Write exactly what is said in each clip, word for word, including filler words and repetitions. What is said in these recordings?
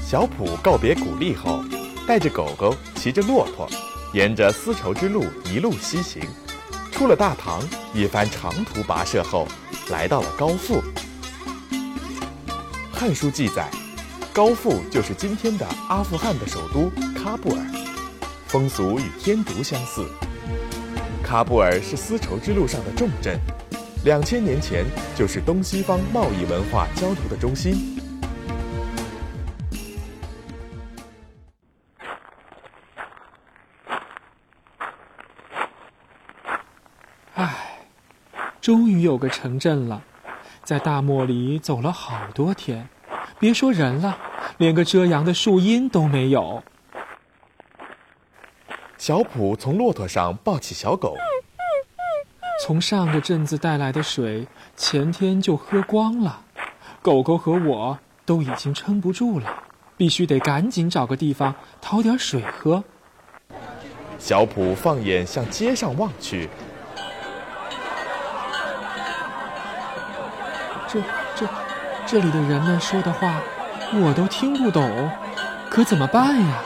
小普告别谷粒后，带着狗狗骑着骆驼，沿着丝绸之路一路西行。出了大唐，一番长途跋涉后，来到了高阜。《汉书》记载，高阜就是今天的阿富汗的首都喀布尔，风俗与天竺相似。喀布尔是丝绸之路上的重镇，两千年前就是东西方贸易文化交流的中心。 唉，终于有个城镇了，在大漠里走了好多天，别说人了，连个遮阳的树荫都没有。 小普从骆驼上抱起小狗， 从上个镇子带来的水，前天就喝光了，狗狗和我都已经撑不住了，必须得赶紧找个地方讨点水喝。 小普放眼向街上望去， 这这这里的人们说的话我都听不懂，可怎么办呀？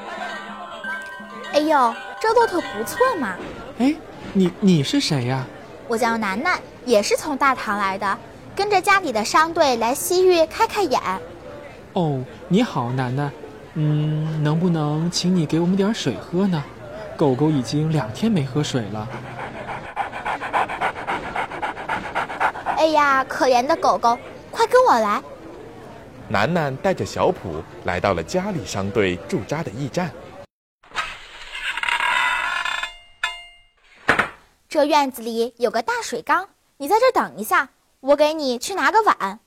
哎呦，这骆驼不错嘛。 哎，你你是谁呀？ 我叫楠楠，也是从大唐来的，跟着家里的商队来西域开开眼。 哦，你好，楠楠。嗯，能不能请你给我们点水喝呢？狗狗已经两天没喝水了。 哎呀，可怜的狗狗，快跟我来。 楠楠带着小普来到了嘉里商队驻扎的驿站。 这院子里有个大水缸，你在这等一下，我给你去拿个碗。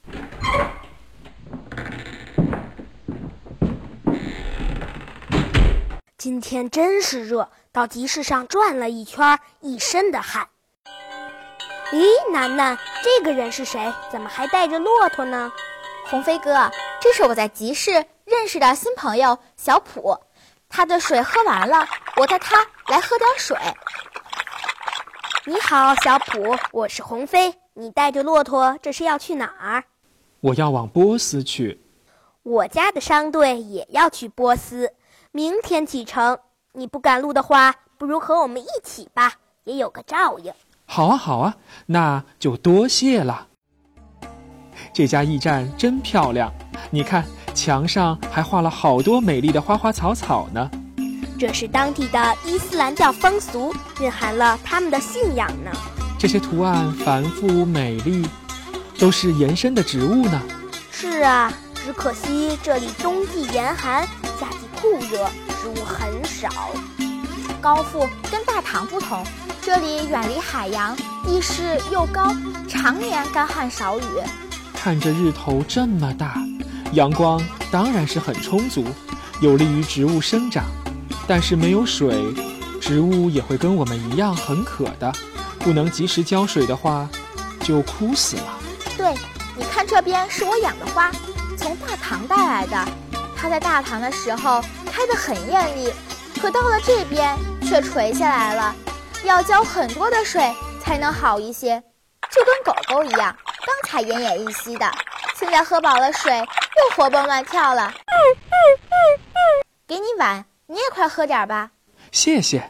今天真是热，到集市上转了一圈，一身的汗。咦，楠楠，这个人是谁？怎么还带着骆驼呢？ 鸿飞哥，这是我在集市认识的新朋友小普，他的水喝完了，我带他来喝点水。 你好，小普，我是鸿飞，你带着骆驼这是要去哪儿？ 我要往波斯去。 我家的商队也要去波斯，明天启程。你不赶路的话，不如和我们一起吧，也有个照应。 好啊好啊，那就多谢了。这家驿站真漂亮，你看墙上还画了好多美丽的花花草草呢。 这是当地的伊斯兰教风俗，蕴含了他们的信仰呢。 这些图案繁复美丽，都是延伸的植物呢。 是啊，只可惜这里冬季严寒，夏季酷热，植物很少。 高阜跟大唐不同，这里远离海洋，地势又高，常年干旱少雨。 看着日头这么大，阳光当然是很充足，有利于植物生长。但是没有水，植物也会跟我们一样很渴的，不能及时浇水的话，就枯死了。 对，你看这边是我养的花，从大唐带来的。它在大唐的时候开得很艳丽，可到了这边却垂下来了，要浇很多的水才能好一些。就跟狗狗一样，刚才奄奄一息的，现在喝饱了水又活蹦乱跳了。给你碗，你也快喝点吧。 谢谢。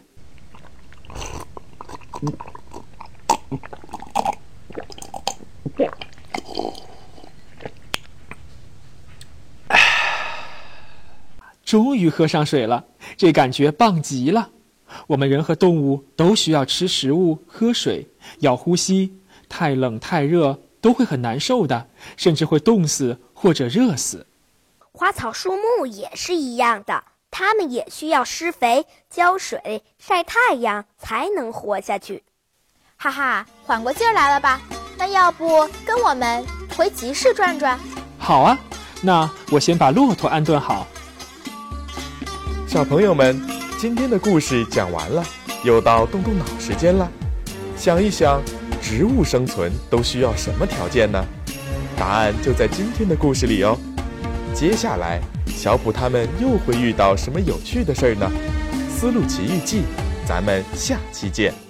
终于喝上水了，这感觉棒极了。我们人和动物都需要吃食物、喝水，要呼吸，太冷太热都会很难受的，甚至会冻死或者热死。 花草树木也是一样的，它们也需要施肥、浇水、晒太阳才能活下去。 哈哈，缓过劲儿来了吧？那要不跟我们回集市转转？ 好啊，那我先把骆驼安顿好。 小朋友们，今天的故事讲完了，又到动动脑时间了。想一想，植物生存都需要什么条件呢？答案就在今天的故事里哦。接下来，小普他们又会遇到什么有趣的事儿呢？丝路奇遇记，咱们下期见。